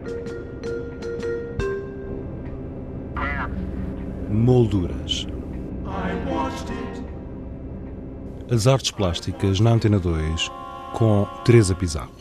Molduras. As artes plásticas na Antena 2 com Teresa Pizarro.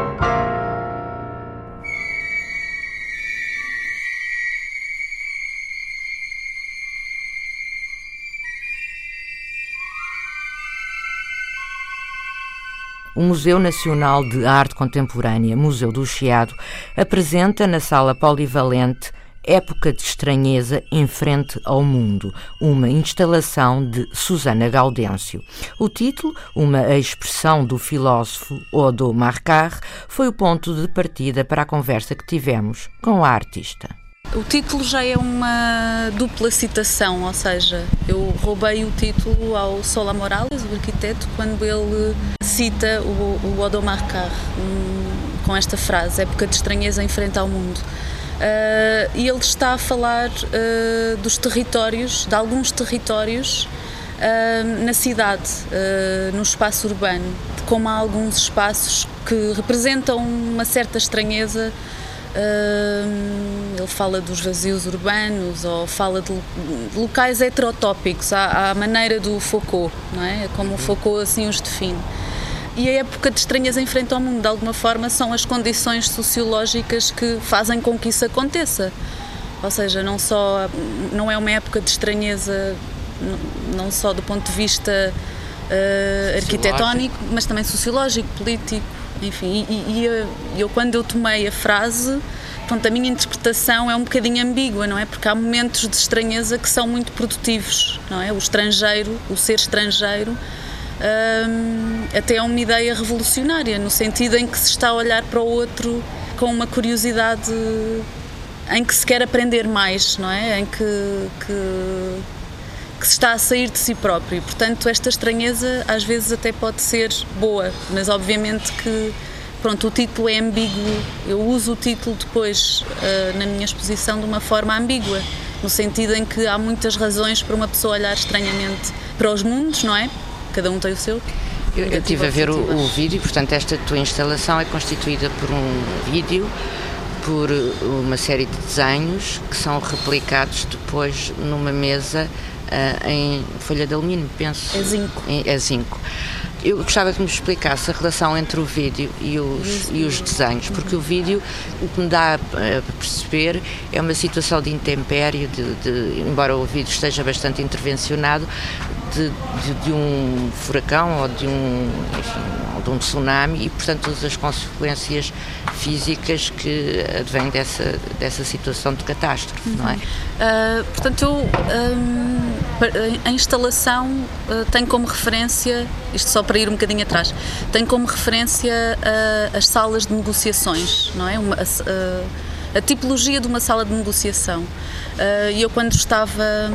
O Museu Nacional de Arte Contemporânea, Museu do Chiado, apresenta na sala polivalente Época de Estranheza em Frente ao Mundo, uma instalação de Susana Gaudêncio. O título, uma expressão do filósofo Odo Marcar, foi o ponto de partida para a conversa que tivemos com a artista. O título já é uma dupla citação, ou seja, eu roubei o título ao Solá Morales, o arquiteto, quando ele cita o Odo Marcar com esta frase, Época de Estranheza em Frente ao Mundo. E ele está a falar dos territórios, de alguns territórios na cidade, no espaço urbano, de como há alguns espaços que representam uma certa estranheza. Ele fala dos vazios urbanos ou fala de locais heterotópicos, à maneira do Foucault, não é? Como o Foucault assim os define. E a época de estranheza em frente ao mundo, de alguma forma, são as condições sociológicas que fazem com que isso aconteça. Ou seja, não é uma época de estranheza, não só do ponto de vista arquitetónico, mas também sociológico, político, enfim. E eu, quando eu tomei a frase, pronto, a minha interpretação é um bocadinho ambígua, não é? Porque há momentos de estranheza que são muito produtivos, não é? O estrangeiro, o ser estrangeiro, até é uma ideia revolucionária, no sentido em que se está a olhar para o outro com uma curiosidade, em que se quer aprender mais, não é? Em que se está a sair de si próprio. Portanto, esta estranheza às vezes até pode ser boa, mas obviamente que, pronto, o título é ambíguo. Eu uso o título depois na minha exposição de uma forma ambígua, no sentido em que há muitas razões para uma pessoa olhar estranhamente para os mundos, não é? Cada um tem o seu. Eu estive a ver o vídeo, portanto, esta tua instalação é constituída por um vídeo, por uma série de desenhos que são replicados depois numa mesa em folha de alumínio, penso. É zinco. É zinco. Eu gostava que me explicasse a relação entre o vídeo e os desenhos, porque o vídeo, o que me dá a perceber, é uma situação de intempério, embora o vídeo esteja bastante intervencionado, de um furacão ou de um tsunami e, portanto, todas as consequências físicas que advêm dessa situação de catástrofe, não é? Portanto, a instalação tem como referência, isto só para ir um bocadinho atrás, tem como referência as salas de negociações, não é? A tipologia de uma sala de negociação. E eu, quando estava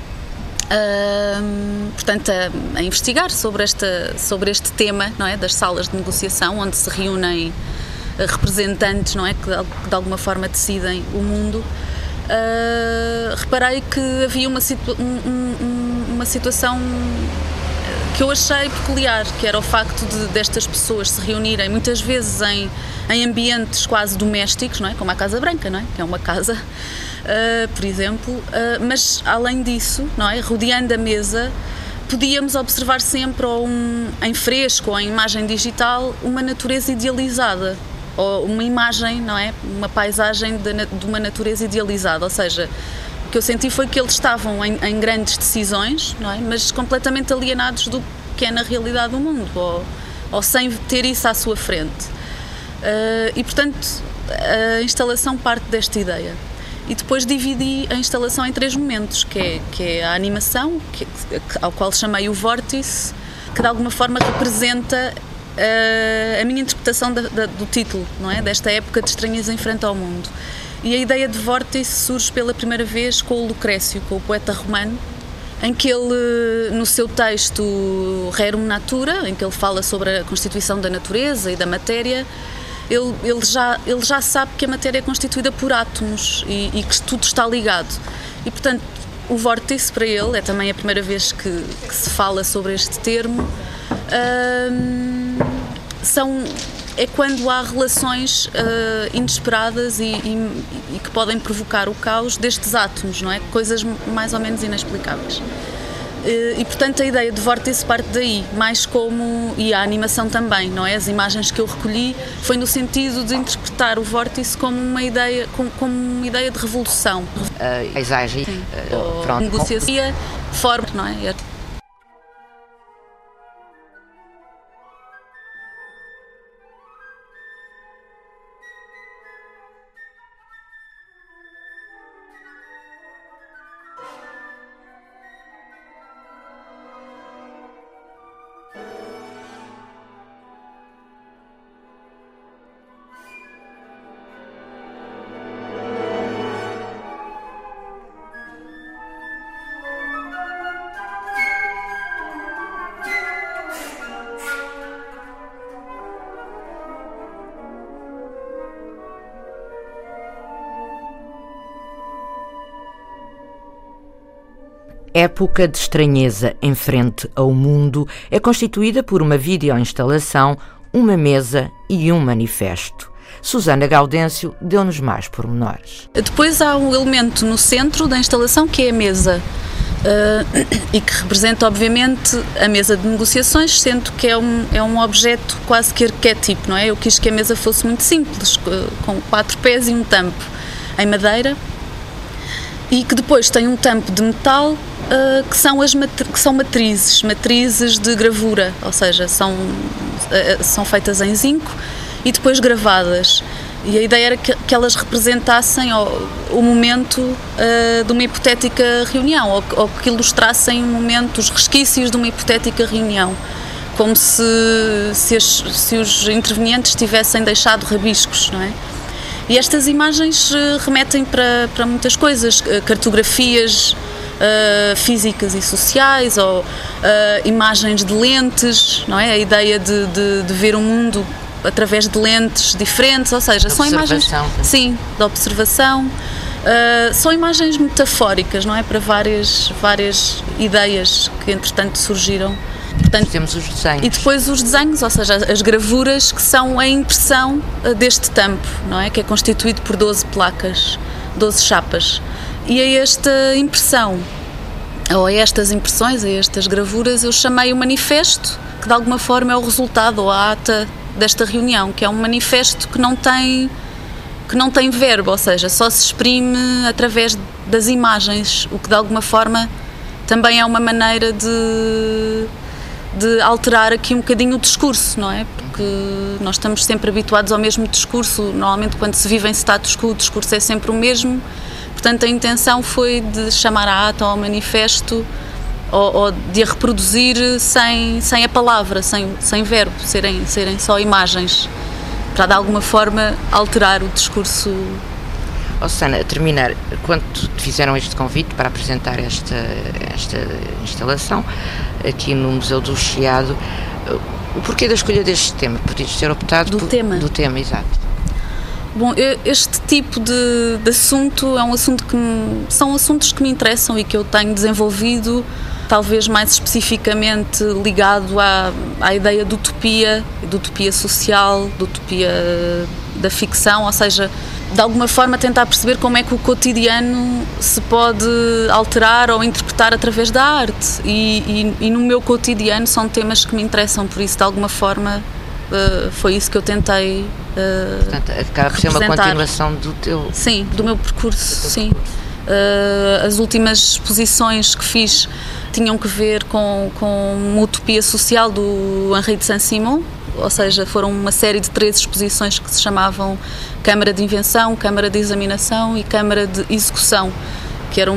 portanto, a investigar sobre este tema, não é, das salas de negociação, onde se reúnem representantes, não é, que de alguma forma decidem o mundo, reparei que havia uma situação que eu achei peculiar, que era o facto destas pessoas se reunirem muitas vezes em ambientes quase domésticos, não é, como a Casa Branca, não é, que é uma casa, por exemplo, mas além disso, não é, rodeando a mesa, podíamos observar sempre em fresco ou em imagem digital uma natureza idealizada, ou uma imagem, não é, uma paisagem de uma natureza idealizada, ou seja, o que eu senti foi que eles estavam em grandes decisões, não é, mas completamente alienados do que é na realidade do mundo, ou sem ter isso à sua frente. E, portanto, a instalação parte desta ideia. E depois dividi a instalação em 3 momentos, que é a animação, ao qual chamei o vórtice, que de alguma forma representa a minha interpretação do título, não é? Desta época de estranheza em frente ao mundo. E a ideia de vórtice surge pela primeira vez com o Lucrécio, com o poeta romano, em que ele, no seu texto Rerum Natura, em que ele fala sobre a constituição da natureza e da matéria, ele já sabe que a matéria é constituída por átomos e que tudo está ligado. E, portanto, o vórtice para ele, é também a primeira vez que se fala sobre este termo, é quando há relações inesperadas e que podem provocar o caos destes átomos, não é? Coisas mais ou menos inexplicáveis. E portanto a ideia de vórtice parte daí, mais como, e a animação também, não é? As imagens que eu recolhi foi no sentido de interpretar o vórtice como uma ideia, como uma ideia de revolução. Paisagem, pronto. Negociação, forma, não é? Época de Estranheza em Frente ao Mundo é constituída por uma videoinstalação, uma mesa e um manifesto. Susana Gaudêncio deu-nos mais pormenores. Depois há um elemento no centro da instalação que é a mesa e que representa obviamente a mesa de negociações, sendo que é um objeto quase que arquétipo, não é? Eu quis que a mesa fosse muito simples, com 4 pés e um tampo em madeira, e que depois tem um tampo de metal que são matrizes de gravura, ou seja, são feitas em zinco e depois gravadas. E a ideia era que elas representassem o momento de uma hipotética reunião, ou que ilustrassem o momento, os resquícios de uma hipotética reunião, como se os intervenientes tivessem deixado rabiscos, não é? E estas imagens remetem para muitas coisas, cartografias físicas e sociais, ou imagens de lentes, não é? A ideia de ver o mundo através de lentes diferentes, ou seja, são imagens, sim, da observação, são imagens metafóricas, não é? Para várias ideias que entretanto surgiram. Portanto, temos os desenhos. E depois os desenhos, ou seja, as gravuras, que são a impressão deste tampo, não é? Que é constituído por 12 placas, 12 chapas. E a esta impressão, ou a estas impressões, a estas gravuras, eu chamei o manifesto, que de alguma forma é o resultado, ou a ata desta reunião, que é um manifesto que não tem verbo, ou seja, só se exprime através das imagens, o que de alguma forma também é uma maneira de alterar aqui um bocadinho o discurso, não é? Porque nós estamos sempre habituados ao mesmo discurso, normalmente quando se vive em status quo o discurso é sempre o mesmo, portanto a intenção foi de chamar a ata ao manifesto, ou de a reproduzir sem a palavra, sem verbo, serem só imagens, para de alguma forma alterar o discurso. Susana, a terminar, quando te fizeram este convite para apresentar esta instalação aqui no Museu do Chiado, o porquê da escolha deste tema? Podias ter optado do tema, exato. Bom, este tipo de assunto são assuntos que me interessam e que eu tenho desenvolvido, talvez mais especificamente ligado à ideia de utopia social, de utopia da ficção, ou seja, de alguma forma tentar perceber como é que o cotidiano se pode alterar ou interpretar através da arte, e no meu cotidiano são temas que me interessam, por isso de alguma forma foi isso que eu tentei portanto, acaba por ser uma continuação do meu percurso, sim. As últimas exposições que fiz tinham que ver com uma utopia social do Henri de Saint-Simon, ou seja, foram uma série de 3 exposições que se chamavam Câmara de Invenção, Câmara de Examinação e Câmara de Execução, que era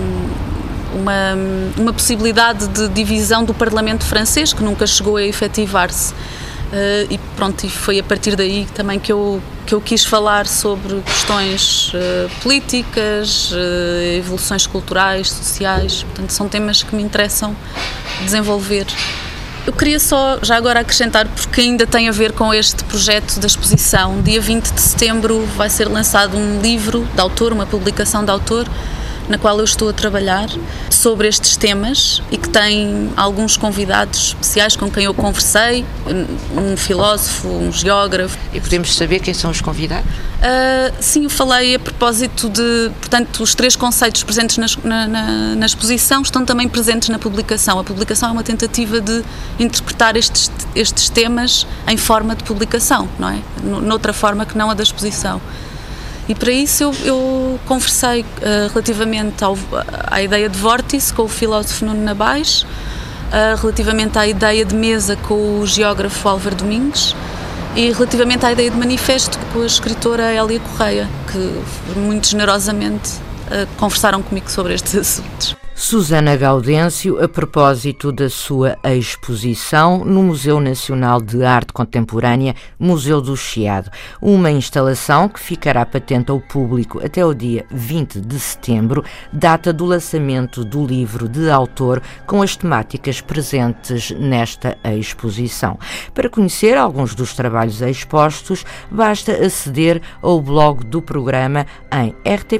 uma possibilidade de divisão do Parlamento francês que nunca chegou a efetivar-se. E pronto, e foi a partir daí também que eu quis falar sobre questões políticas, evoluções culturais, sociais, portanto são temas que me interessam desenvolver. Eu queria só, já agora, acrescentar, porque ainda tem a ver com este projeto da exposição. Dia 20 de setembro vai ser lançado um livro de autor, uma publicação de autor, na qual eu estou a trabalhar sobre estes temas e que tem alguns convidados especiais com quem eu conversei, um filósofo, um geógrafo. E podemos saber quem são os convidados? Sim, eu falei a propósito de, portanto, os 3 conceitos presentes na exposição estão também presentes na publicação. A publicação é uma tentativa de interpretar estes temas em forma de publicação, não é? Noutra forma que não a da exposição. E para isso eu conversei relativamente à ideia de vórtice com o filósofo Nuno Nabais, relativamente à ideia de mesa com o geógrafo Álvaro Domingues e relativamente à ideia de manifesto com a escritora Hélia Correia, que muito generosamente conversaram comigo sobre estes assuntos. Susana Gaudêncio, a propósito da sua exposição no Museu Nacional de Arte Contemporânea, Museu do Chiado, uma instalação que ficará patente ao público até o dia 20 de setembro, data do lançamento do livro de autor com as temáticas presentes nesta exposição. Para conhecer alguns dos trabalhos expostos, basta aceder ao blog do programa em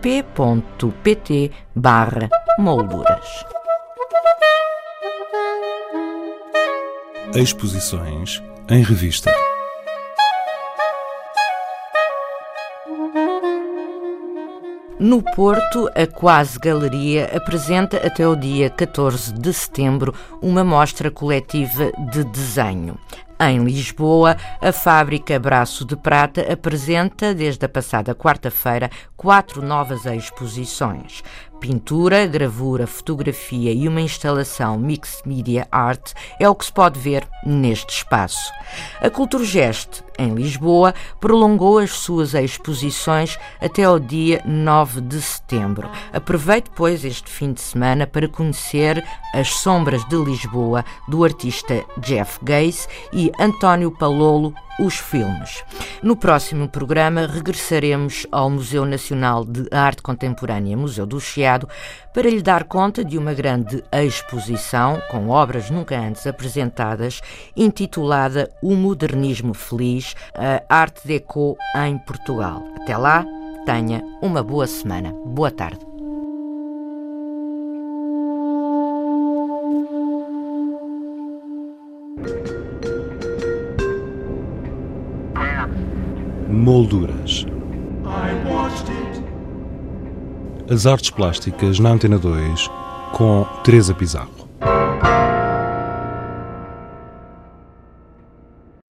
rtp.pt/molduras. Exposições em revista. No Porto, a Quase Galeria apresenta até o dia 14 de setembro uma mostra coletiva de desenho. Em Lisboa, a Fábrica Braço de Prata apresenta, desde a passada quarta-feira, 4 novas exposições. Pintura, gravura, fotografia e uma instalação Mixed Media Art é o que se pode ver neste espaço. A Culturgest, em Lisboa, prolongou as suas exposições até ao dia 9 de setembro. Aproveite, pois, este fim de semana para conhecer As Sombras de Lisboa, do artista Jeff Gaze, e António Palolo, os filmes. No próximo programa regressaremos ao Museu Nacional de Arte Contemporânea, Museu do Chiado, para lhe dar conta de uma grande exposição com obras nunca antes apresentadas, intitulada O Modernismo Feliz, a Arte Déco em Portugal. Até lá, tenha uma boa semana. Boa tarde. Molduras. As artes plásticas na Antena 2 com Teresa Pizarro.